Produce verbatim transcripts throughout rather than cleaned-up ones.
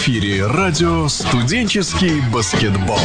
эфире радио «Студенческий баскетбол».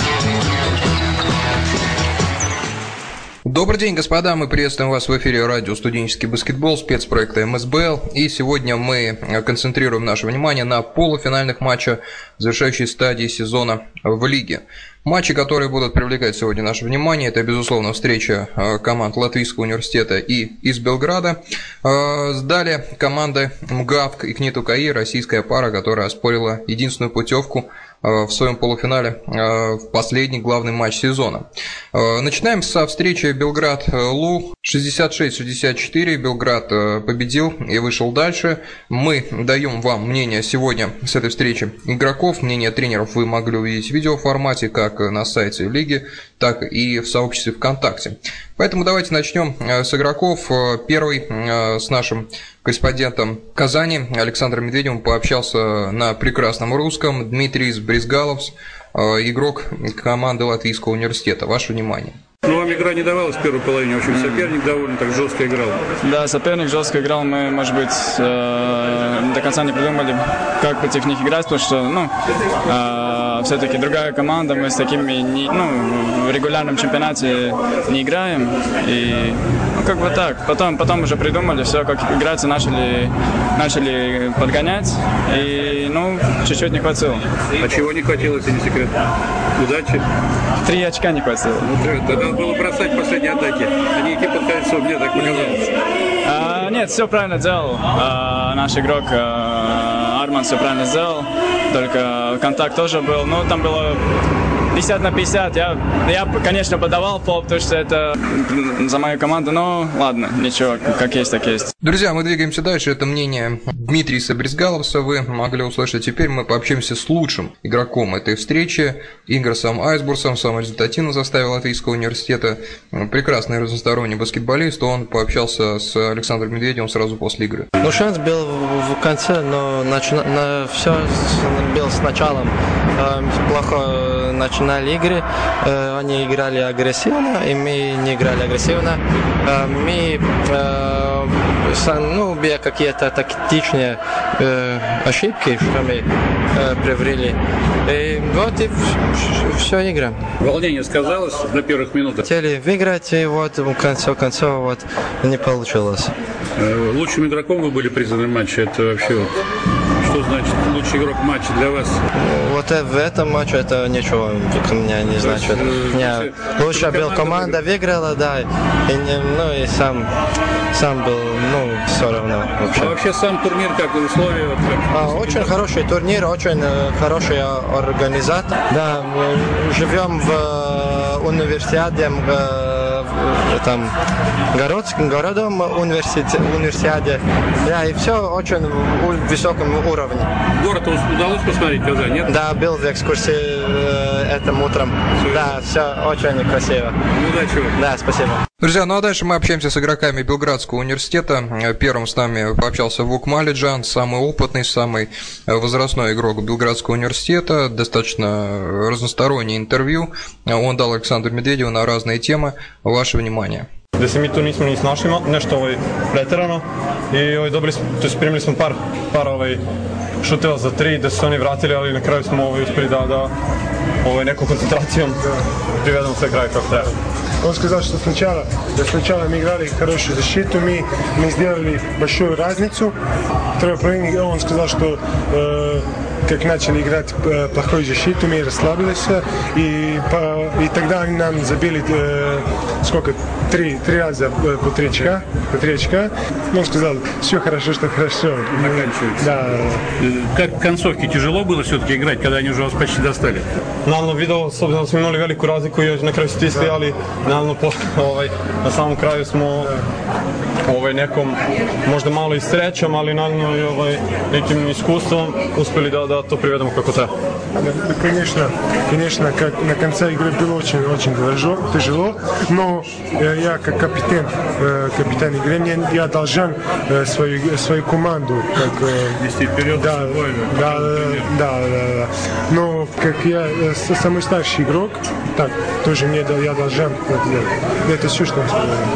Добрый день, господа, мы приветствуем вас в эфире радио «Студенческий баскетбол», спецпроекта эм эс бэ эл, и сегодня мы концентрируем наше внимание на полуфинальных матчах завершающей стадии сезона в лиге. Матчи, которые будут привлекать сегодня наше внимание, это, безусловно, встреча команд Латвийского университета и из Белграда. Далее команды МГАВК и КНИТУ КАИ, российская пара, которая оспорила единственную путевку в своем полуфинале в последний главный матч сезона. Начинаем со встречи Белград-Лу. шестьдесят шесть шестьдесят четыре. Белград победил и вышел дальше. Мы даем вам мнение сегодня с этой встречи игроков. Мнение тренеров вы могли увидеть в видеоформате как на сайте лиги, так и в сообществе ВКонтакте. Поэтому давайте начнем с игроков. Первый с нашим корреспондентом Казани Александром Медведевым пообщался на прекрасном русском. Дмитрий Брезгаловс, игрок команды Латвийского университета. Ваше внимание. Ну, вам игра не давалась в первой половине. В общем, соперник довольно так жестко играл. Да, соперник жестко играл. Мы, может быть, э, до конца не придумали, как против них играть, потому что, ну, э, все-таки другая команда. Мы с такими, не, ну, в регулярном чемпионате не играем. И, ну, как бы так. Потом, потом уже придумали все, как играть, и начали, начали подгонять. И, ну, чуть-чуть не хватило. А чего не хватило, если не секрет? Удачи? Три очка не хватило. Ну, тогда было бросать последние атаки, а не идти под кольцо, мне так показалось. А, нет, все правильно делал. А, наш игрок а, Арман все правильно сделал, только контакт тоже был. Ну, там было пятьдесят на пятьдесят. Я, я конечно, подавал фол, потому что это за мою команду, но ладно, ничего, как есть, так есть. Друзья, мы двигаемся дальше. Это мнение Дмитрия Брезгаловса вы могли услышать. Теперь мы пообщаемся с лучшим игроком этой встречи, Инграсом Айсбурсом, самым результативным составе Латвийского университета. Прекрасный разносторонний баскетболист. Он пообщался с Александром Медведевым сразу после игры. Ну, шанс был в конце, но начина... на... все был с началом. Плохо начинали игры, они играли агрессивно, и мы не играли агрессивно. Мы, ну, были какие-то тактичные ошибки, что мы привели. И вот и все игра. Волнение сказалось на первых минутах? Хотели выиграть, и вот в конце концов вот не получилось. Лучшим игроком вы были признаны в матче, это вообще вот... Что значит лучший игрок матча для вас? Вот в этом матче это ничего у меня не значит. Не, лучше был команда выиграла, да, и, ну и сам, сам был, ну, все равно. Вообще. А вообще сам турнир, как условия? Вот, как... А, очень хороший турнир, очень хороший организатор. Да, мы живем в универсиаде, там, городским городом университете, универсиаде. Да, и все очень в высоком уровне. Город удалось посмотреть в Казани, нет? Да, был в экскурсии э, этим утром. Все. Да, все очень красиво. Удачи вам. Да, спасибо. Друзья, ну а дальше мы общаемся с игроками Белградского университета. Первым с нами пообщался Вук Малиджан, самый опытный, самый возрастной игрок Белградского университета. Достаточно разностороннее интервью. Он дал Александру Медведеву на разные темы. Ваше внимание. Da se mi tu nismo ni snašli nešto ovaj preterano i ovaj dobili smo, to jest primili smo par par ovaj šuteva za tri, da su se oni vratili, ali na kraju smo ovaj uspeli da da ovaj nekom koncentracijom privedemo sve kraj kako treba. Он сказал, что сначала, да, сначала мы играли хорошую защиту, мы, мы сделали большую разницу. Второй половине он сказал, что э, как начали играть э, плохую защиту, мы расслабились, и, по, и тогда они нам забили э, сколько? Три, три раза по три очка, по три очка. Он сказал, все хорошо, что хорошо. Заканчивается. Да. Как в концовке тяжело было все-таки играть, когда они уже вас почти достали? Naravno, video, s obzirom da smo imali veliku razliku i na kraju stisli, ali naravno po, ovaj, na samom kraju smo ovaj, nekom možda malo i srećom, ali naravno i ovaj, nekim iskustvom uspeli da, da to privedemo kako treba. Да, конечно, конечно, как на конце игры было очень-очень тяжело, тяжело, но э, я как капитан, э, капитан игры, мне, я должен э, свою, свою команду как, э, вести вперед. Да, да, да, да, да. Но как я э, самый старший игрок, так, тоже мне, я должен это делать. Это все, что я сказал.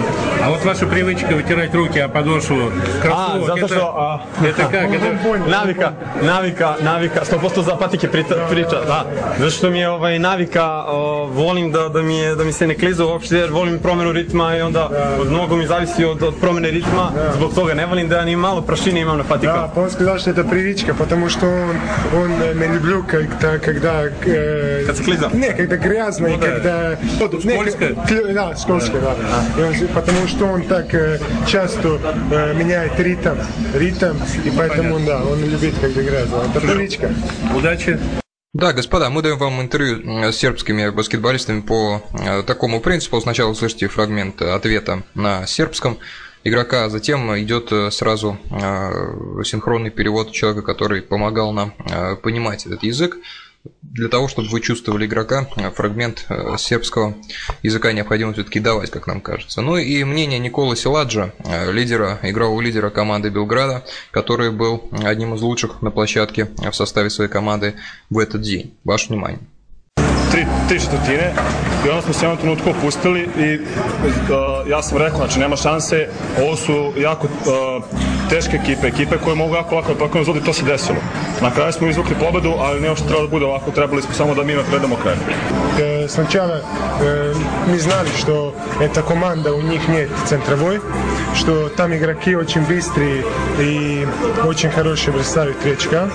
А вот ваша привычка вытирать руки о подошву кроссовок, а, zato это, što, a, это как? Это... Navika, navika, navika, sto posto za patike priča, da. Zato što mi je ovaj, navika, o, volim da, da, mi je, da mi se ne klizu uopšte, jer volim promjenu ritma i onda od mnogo mi zavisi od, od promjene ritma, zbog toga ne volim da ni malo prašine imam na patikama. Да, он сказал, что это привычка, потому что он, он не люблю, когда, когда, э, Kad se kliza? не, когда грязно, и когда... Скользко? Не, да, скользко, да. И он, потому что он так э, часто э, меняет ритм, ритм, и поэтому, да, он любит, когда грязно. Это привычка. Удачи! Да, господа, мы даем вам интервью с сербскими баскетболистами по такому принципу. Сначала услышите фрагмент ответа на сербском игрока, а затем идет сразу синхронный перевод человека, который помогал нам понимать этот язык. Для того, чтобы вы чувствовали игрока, фрагмент сербского языка необходимо все-таки давать, как нам кажется. Ну и мнение Николы Силаджа, лидера, игрового лидера команды Белграда, который был одним из лучших на площадке в составе своей команды в этот день. Ваше внимание. Tri, tri četvrtine i onda smo se u jednom trenutku opustili i uh, ja sam rekao, znači nema šanse, ovo su jako uh, teške ekipe, ekipe koje mogu jako lako da izvodi, to se desilo. Na kraju smo izvukli pobedu, ali nema što treba da bude ovako, trebali smo samo da mi predamo kraj. Сначала э, мы знали, что эта команда, у них нет центровой, что там игроки очень быстрые и очень хорошие бросают тречка.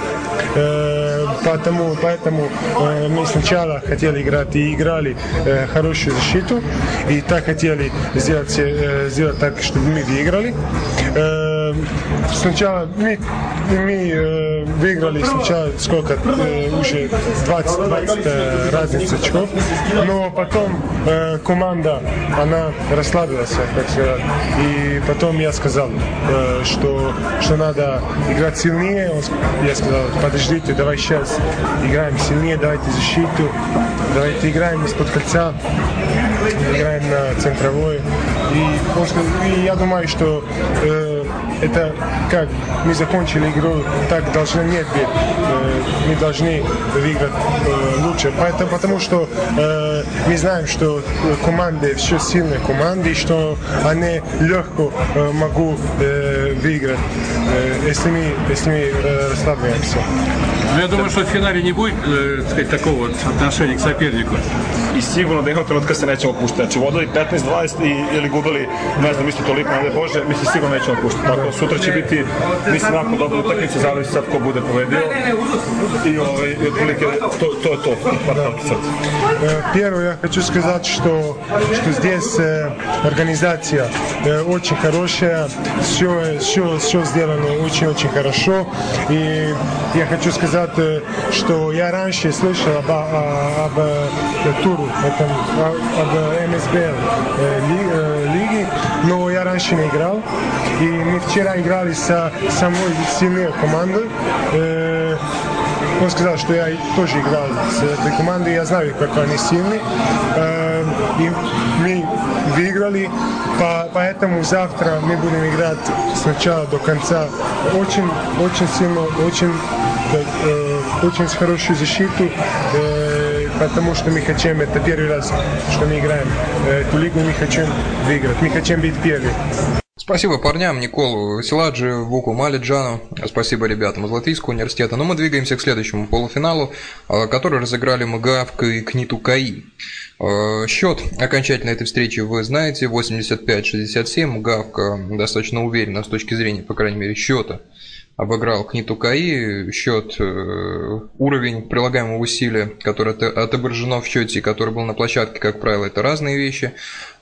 Э, поэтому поэтому э, мы сначала хотели играть и играли э, хорошую защиту, и так хотели сделать, э, сделать так, чтобы мы выиграли. Э, сначала мы, мы э, выиграли сначала сколько, э, уже двадцать, двадцать э, разниц очков, но потом э, команда, она расслабилась, так сказать, и потом я сказал, э, что, что надо играть сильнее. Он, я сказал, подождите, давай сейчас играем сильнее, давайте защиту, давайте играем из-под кольца, играем на центровой. И, он сказал, и я думаю, что э, это как мы закончили игру, так должно нет быть. Э, мы должны выиграть э, лучше. Поэтому, потому что э, мы знаем, что команды все сильные команды, что они легко э, могут э, выиграть, э, если мы, если мы э, расслабляемся. Я думаю, что в финале не будет, э, сказать, такого вот отношения к сопернику. I sigurno da jednog trenutka se nećemo puštiti. Znači vodili petnaest dvadeset ili gubili, ne znam, isto toliko, ne Bože, mislim sigurno nećemo puštiti. Tako sutra će biti, mislim, jako dobra utakmica, zavisi sad ko bude povedio. I ovaj, otprilike, to, to je to. Первое, я хочу сказать, что, что здесь э, организация э, очень хорошая, все, все, все сделано очень-очень хорошо. И я хочу сказать, э, что я раньше слышал об, об, об э, туру, это, об эм эс бэ лиги, но я раньше не играл. И мы вчера играли со самой сильной командой. Э, Он сказал, что я тоже играл с этой командой, я знаю, как они сильны. Э, и мы выиграли, по, поэтому завтра мы будем играть с начала до конца очень, очень сильно, очень, э, очень с хорошей защитой, э, потому что мы хотим, это первый раз, что мы играем эту лигу, мы хотим выиграть, мы хотим быть первыми. Спасибо парням, Николу Силаджи, Вуку Малиджану, спасибо ребятам из Латвийского университета. Но мы двигаемся к следующему полуфиналу, который разыграли МГАВК и КНИТУ КАИ. Счет окончательной этой встречи вы знаете, восемьдесят пять шестьдесят семь. МГАВК достаточно уверенно с точки зрения, по крайней мере, счета обыграл КНИТУ КАИ. Счет, уровень прилагаемого усилия, которое отображено в счете и который был на площадке, как правило, это разные вещи.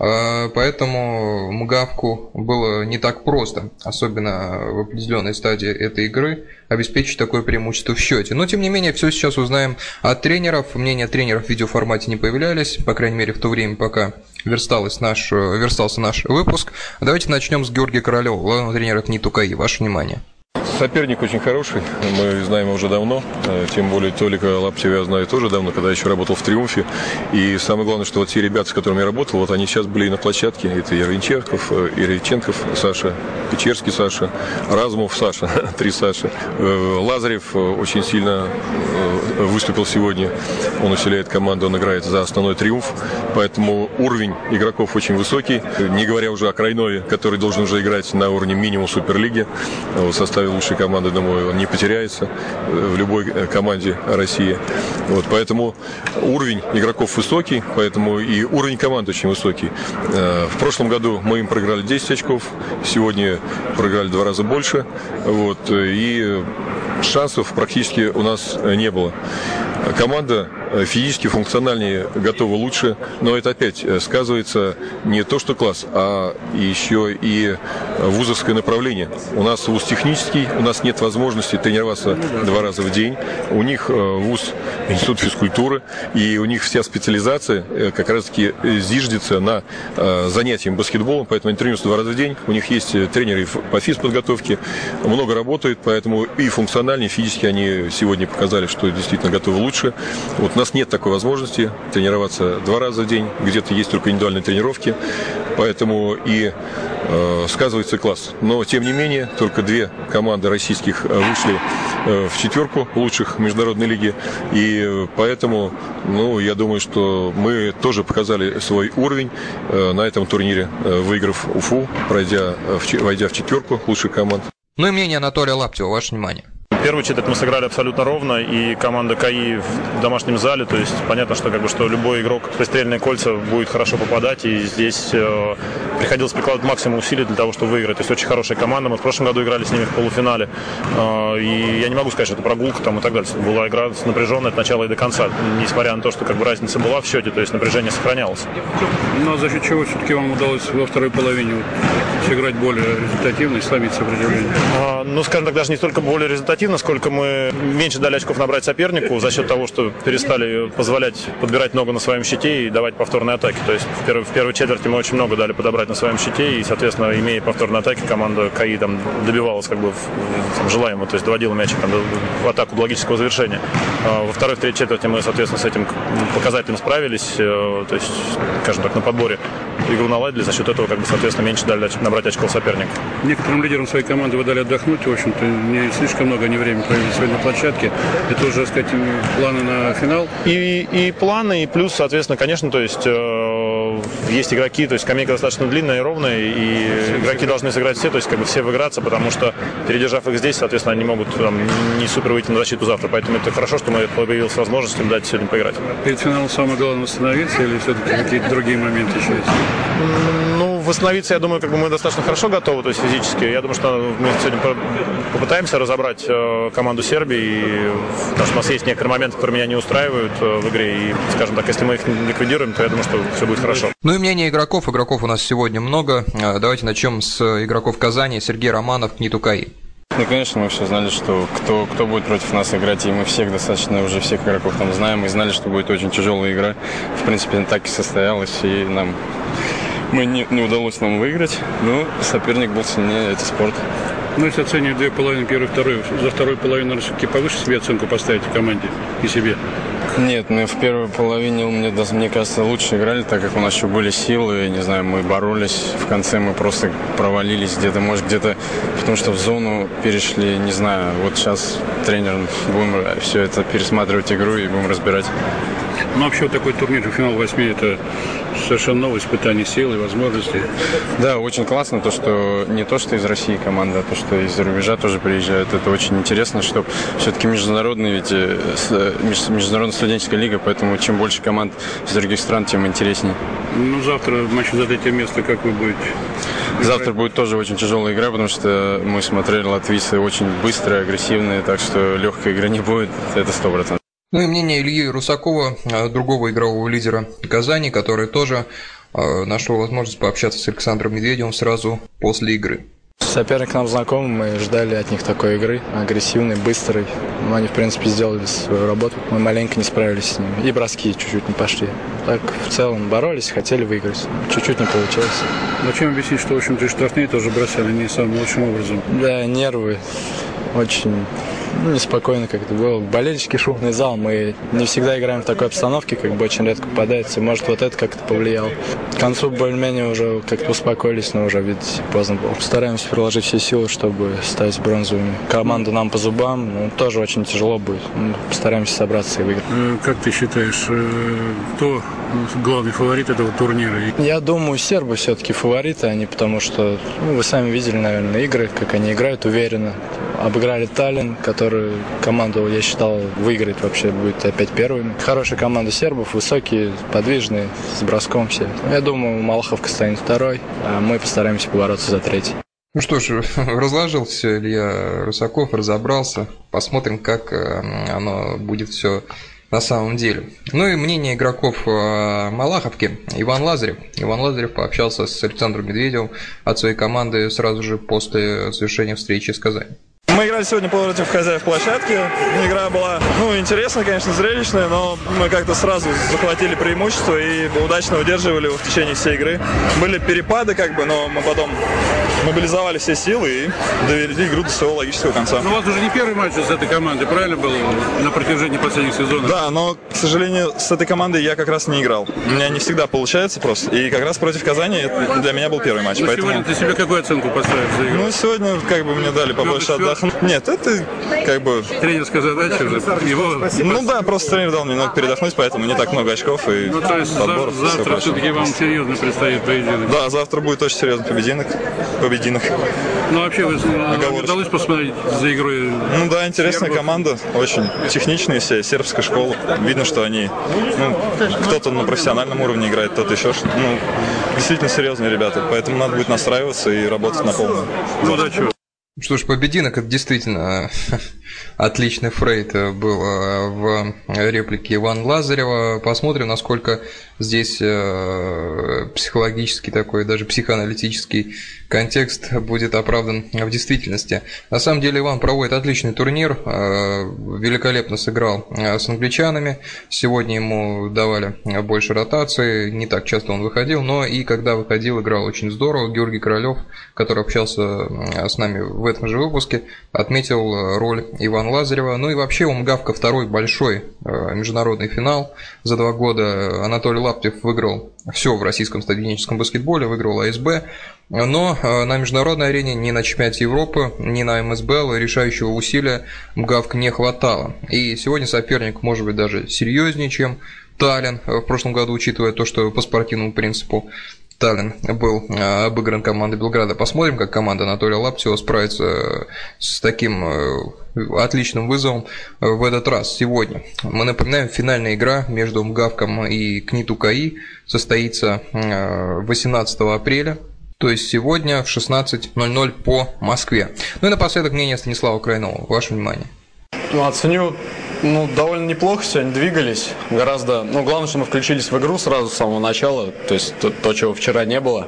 Поэтому МГАВКу было не так просто, особенно в определенной стадии этой игры, обеспечить такое преимущество в счете. Но, тем не менее, все сейчас узнаем от тренеров. Мнения тренеров в видеоформате не появлялись, по крайней мере, в то время, пока верстался наш, верстался наш выпуск. Давайте начнем с Георгия Королева, главного тренера КНИТУ КАИ. Ваше внимание. Соперник очень хороший, мы знаем его уже давно, тем более Толика Лаптева я знаю тоже давно, когда еще работал в «Триумфе». И самое главное, что вот те ребята, с которыми я работал, вот они сейчас были на площадке. Это Яровенченков, Яровенченков Саша, Печерский Саша, Разумов Саша, три Саши. Лазарев очень сильно выступил сегодня, он усиляет команду, он играет за основной «Триумф», поэтому уровень игроков очень высокий, не говоря уже о Крайнове, который должен уже играть на уровне минимум Суперлиги. В составе лучшей команды, думаю, он не потеряется в любой команде России. Вот, поэтому уровень игроков высокий, поэтому и уровень команды очень высокий. В прошлом году мы им проиграли десять очков, сегодня проиграли в два раза больше. Вот, и шансов практически у нас не было. Команда физически, функциональнее готова лучше, но это опять сказывается не то, что класс, а еще и вузовское направление. У нас вуз технический, у нас нет возможности тренироваться два раза в день. У них вуз институт физкультуры, и у них вся специализация как раз-таки зиждется на занятиях баскетболом, поэтому они тренируются два раза в день. У них есть тренеры по физподготовке, много работают, поэтому и функционально, и физически они сегодня показали, что действительно готовы лучше. Вот у нас нет такой возможности тренироваться два раза в день, где-то есть только индивидуальные тренировки, поэтому и э, сказывается класс. Но, тем не менее, только две команды российских вышли э, в четверку лучших международной лиги, и поэтому, ну, я думаю, что мы тоже показали свой уровень э, на этом турнире, э, выиграв Уфу, пройдя, в, войдя в четверку лучших команд. Ну и мнение Анатолия Лаптева, ваше внимание. Первую четверть мы сыграли абсолютно ровно, и команда КАИ в домашнем зале, то есть понятно, что, как бы, что любой игрок в пристрельные кольца будет хорошо попадать, и здесь э, приходилось прикладывать максимум усилий для того, чтобы выиграть. То есть очень хорошая команда, мы в прошлом году играли с ними в полуфинале, э, и я не могу сказать, что это прогулка там и так далее. Была игра напряженная от начала и до конца, несмотря на то, что, как бы, разница была в счете, то есть напряжение сохранялось. Но за счет чего все-таки вам удалось во второй половине вот сыграть более результативно и сломить сопротивление? А, ну, скажем так, даже не столько более результативно, сколько мы меньше дали очков набрать сопернику за счет того, что перестали позволять подбирать много на своем щите и давать повторные атаки. То есть в первой, в первой четверти мы очень много дали подобрать на своем щите, и, соответственно, имея повторные атаки, команда КАИ там добивалась, как бы, там, желаемого, то есть доводила мячик там, в атаку до логического завершения. А во второй, в третьей четверти мы, соответственно, с этим показателем справились, то есть, скажем так, на подборе игру наладили, за счет этого, как бы, соответственно, меньше дали набрать очков соперника. Некоторым лидерам своей команды вы дали отдохнуть, в общем-то, не слишком много они времени провели сегодня на площадке. Это уже, так сказать, планы на финал? И, и планы, и плюс, соответственно, конечно, то есть э, есть игроки, то есть скамейка достаточно длинная и ровная, и игроки должны сыграть все, то есть как бы все выиграться, потому что, передержав их здесь, соответственно, они могут там, не супер выйти на защиту завтра. Поэтому это хорошо, что мы появилась возможность им дать сегодня поиграть. Перед финалом самое главное восстановиться или все-таки какие-то другие моменты еще есть? Ну, восстановиться, я думаю, как бы мы достаточно хорошо готовы, то есть физически. Я думаю, что мы сегодня попытаемся разобрать э, команду Сербии, и, потому что у нас есть некоторые моменты, которые меня не устраивают э, в игре, и, скажем так, если мы их ликвидируем, то я думаю, что все будет хорошо. Ну и мнение игроков. Игроков у нас сегодня много. Давайте начнем с игроков Казани. Сергей Романов, КНИТУ КАИ. Ну, конечно, мы все знали, что кто, кто будет против нас играть, и мы всех достаточно уже всех игроков там знаем, и знали, что будет очень тяжелая игра. В принципе, так и состоялось, и нам мы не, не удалось нам выиграть, но соперник был сильнее, это спорт. Ну, если оценивать две половины, первую и вторую, за вторую половину все-таки повыше себе оценку поставите команде и себе? Нет, мы в первой половине, мне, мне кажется, лучше играли, так как у нас еще были силы, не знаю, мы боролись, в конце мы просто провалились где-то, может, где-то, потому что в зону перешли, не знаю, вот сейчас тренер, будем все это пересматривать игру и будем разбирать. Ну, вообще, вот такой турнир, финал восьми, это совершенно новое испытание сил и возможностей. Да, очень классно, то, что не то, что из России команда, а то, что из-за рубежа тоже приезжают. Это очень интересно, что все-таки международный, ведь международная студенческая лига, поэтому чем больше команд из других стран, тем интереснее. Ну, завтра матч за третье место, как вы будете? Завтра будет тоже очень тяжелая игра, потому что мы смотрели, латвийцы очень быстрые, агрессивные, так что легкой игры не будет, это сто процентов. Ну и мнение Ильи Русакова, другого игрового лидера Казани, который тоже нашел возможность пообщаться с Александром Медведевым сразу после игры. Соперник нам знакомый, мы ждали от них такой игры, агрессивной, быстрой. Но они, в принципе, сделали свою работу, мы маленько не справились с ними. И броски чуть-чуть не пошли. Так, в целом, боролись, хотели выиграть. Чуть-чуть не получилось. Но чем объяснить, что, в общем-то, штрафные тоже бросали не самым лучшим образом? Да, нервы. очень ну, неспокойно как-то было. Болельщики, шумный зал. Мы не всегда играем в такой обстановке, как бы очень редко попадается. Может, вот это как-то повлияло. К концу более-менее уже как-то успокоились, но уже, видите, поздно было. Стараемся приложить все силы, чтобы стать бронзовыми. Команда нам по зубам, ну, тоже очень тяжело будет. Мы постараемся собраться и выиграть. Как ты считаешь, кто главный фаворит этого турнира? Я думаю, сербы все-таки фавориты, они потому что, ну, вы сами видели, наверное, игры, как они играют уверенно. Обыграли Таллин, который команду, я считал, выиграть вообще будет опять первыми. Хорошая команда сербов, высокие, подвижные, с броском все. Я думаю, Малаховка станет второй, а мы постараемся побороться за третий. Ну что ж, разложился Илья Русаков, разобрался. Посмотрим, как оно будет все на самом деле. Ну и мнение игроков Малаховки. Иван Лазарев. Иван Лазарев пообщался с Александром Медведевым от своей команды сразу же после завершения встречи с Казанью. Мы играли сегодня против хозяев площадки. Игра была, ну, интересная, конечно, зрелищная, но мы как-то сразу захватили преимущество и удачно удерживали его в течение всей игры. Были перепады, как бы, но мы потом мобилизовали все силы и довели игру до своего логического конца. Ну, у вас уже не первый матч с этой командой, правильно было, на протяжении последних сезонов? Да, но, к сожалению, с этой командой я как раз не играл. У меня не всегда получается просто. И как раз против Казани это для меня был первый матч. Ну, поэтому... сегодня ты себе какую оценку поставишь за игру? Ну, сегодня как бы мне дали побольше отдохнуть. Нет, это как бы... Тренерская задача уже. Его... Ну да, просто тренер дал мне немного передохнуть, поэтому не так много очков и ну, то есть подборов. За, завтра все все-таки вам серьезно предстоит поединок. Да, завтра будет очень серьезный поединок. Побединок. Ну вообще, вы удалось посмотреть за игрой? Ну да, интересная сербов. Команда, очень техничные все, сербская школа. Видно, что они, ну, кто-то на профессиональном уровне играет, кто-то еще, ну, действительно серьезные ребята. Поэтому надо будет настраиваться и работать на полную. Ну да, чего? Что ж, поединок, это действительно отличный фрейд был в реплике Ивана Лазарева. Посмотрим, насколько здесь психологический такой, даже психоаналитический контекст будет оправдан в действительности. На самом деле Иван проводит отличный турнир, великолепно сыграл с англичанами. Сегодня ему давали больше ротации, не так часто он выходил, но и когда выходил, играл очень здорово. Георгий Королёв, который общался с нами в этом же выпуске, отметил роль Ивана Лазарева. Ну и вообще у МГАВКа второй большой международный финал за два года. Анатолий Лаптев выиграл все в российском студенческом баскетболе, выиграл АСБ. Но на международной арене ни на чемпионате Европы, ни на эм эс бэ эл решающего усилия МГАВК не хватало. И сегодня соперник может быть даже серьезнее, чем Таллин в прошлом году, учитывая то, что по спортивному принципу Таллин был обыгран командой Белграда. Посмотрим, как команда Анатолия Лаптева справится с таким отличным вызовом в этот раз. Сегодня, мы напоминаем, финальная игра между МГАВКом и КНИТ УКАИ состоится восемнадцатого апреля. То есть сегодня в шестнадцать ноль ноль по Москве. Ну и напоследок мнение Станислава Крайнова. Ваше внимание. Ну, оценю, ну, довольно неплохо сегодня двигались. Гораздо, ну, главное, что мы включились в игру сразу с самого начала. То есть то, то чего вчера не было.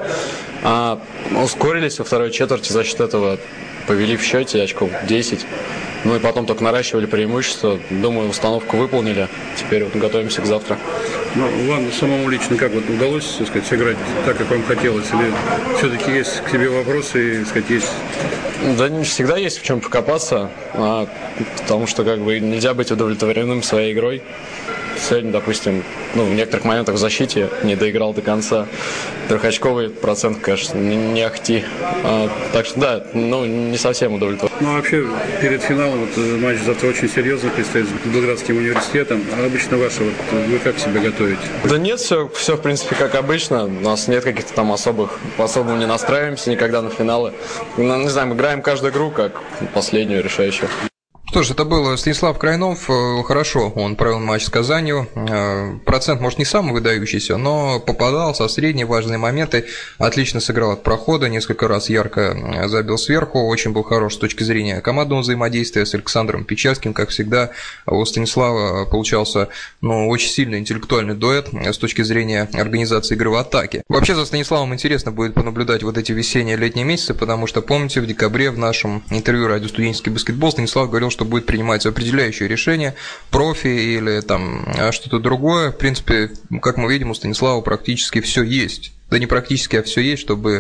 А, ускорились во второй четверти, за счет этого повели в счете очков десять. Ну и потом только наращивали преимущество. Думаю, установку выполнили. Теперь вот готовимся к завтра. Ну, вам самому лично как вот удалось, так сказать, сыграть так, как вам хотелось? Или все-таки есть к себе вопросы, так сказать, есть... Да, всегда есть в чем покопаться, а, потому что как бы нельзя быть удовлетворенным своей игрой. Сегодня, допустим, ну, в некоторых моментах в защите не доиграл до конца. Трехочковый процент, конечно, не, не ахти. А, так что да, ну, не совсем удовлетворен. Ну, а вообще, перед финалом вот, матч завтра очень серьезно предстоит с Белградским университетом. А обычно ваши, вот, вы как себя готовите? Да нет, все, все в принципе как обычно. У нас нет каких-то там особых, по-особому не настраиваемся никогда на финалы. Ну, не знаю, мы играем каждую игру как последнюю, решающую. Что ж, это был Станислав Крайнов. Хорошо, он провел матч с Казанью. Процент, может, не самый выдающийся, но попадал со средней, важные моменты. Отлично сыграл от прохода, несколько раз ярко забил сверху. Очень был хорош с точки зрения командного взаимодействия с Александром Печерским. Как всегда, у Станислава получался, ну, очень сильный интеллектуальный дуэт с точки зрения организации игры в атаке. Вообще, за Станиславом интересно будет понаблюдать вот эти весенние летние месяцы, потому что, помните, в декабре в нашем интервью «Радио Студенческий баскетбол» Станислав говорил, что будет принимать определяющее решение, профи или там что-то другое. В принципе, как мы видим, у Станислава практически все есть. Да не практически, а все есть, чтобы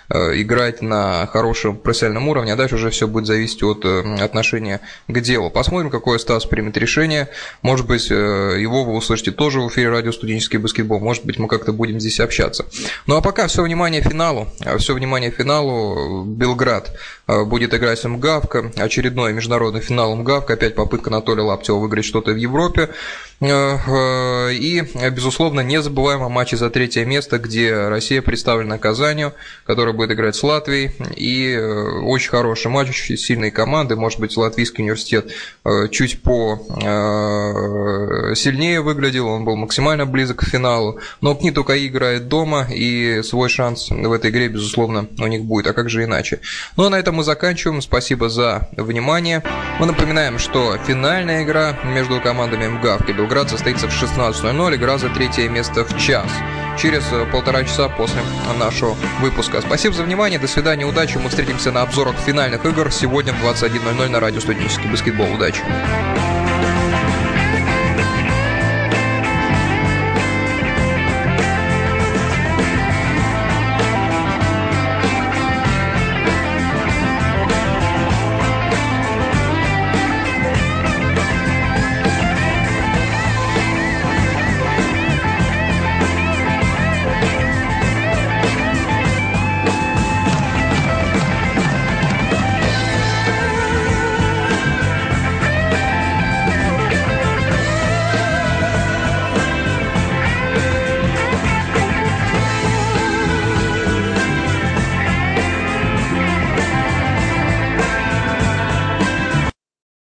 играть на хорошем профессиональном уровне, а дальше уже все будет зависеть от отношения к делу. Посмотрим, какое Стас примет решение. Может быть, его вы услышите тоже в эфире радио «Студенческий баскетбол». Может быть, мы как-то будем здесь общаться. Ну а пока все внимание финалу. Все внимание финалу. Белград будет играть с МГАВКом. Очередной международный финал МГАВК. Опять попытка Анатолия Лаптева выиграть что-то в Европе. И, безусловно, не забываем о матче за третье место, где Россия представлена Казанью, которая будет играть с Латвией. И очень хороший матч, очень сильные команды. Может быть, Латвийский университет чуть по сильнее выглядел, он был максимально близок к финалу. Но КНИТ УКАИ играет дома, и свой шанс в этой игре, безусловно, у них будет. А как же иначе? Ну а на этом мы заканчиваем. Спасибо за внимание. Мы напоминаем, что финальная игра между командами МГАВК и Белград состоится в шестнадцать ноль ноль. Игра за третье место в час. Через полтора часа после нашего выпуска. Спасибо за внимание. До свидания. Удачи. Мы встретимся на обзорах финальных игр сегодня в двадцать один ноль ноль на радио «Студенческий баскетбол». Удачи.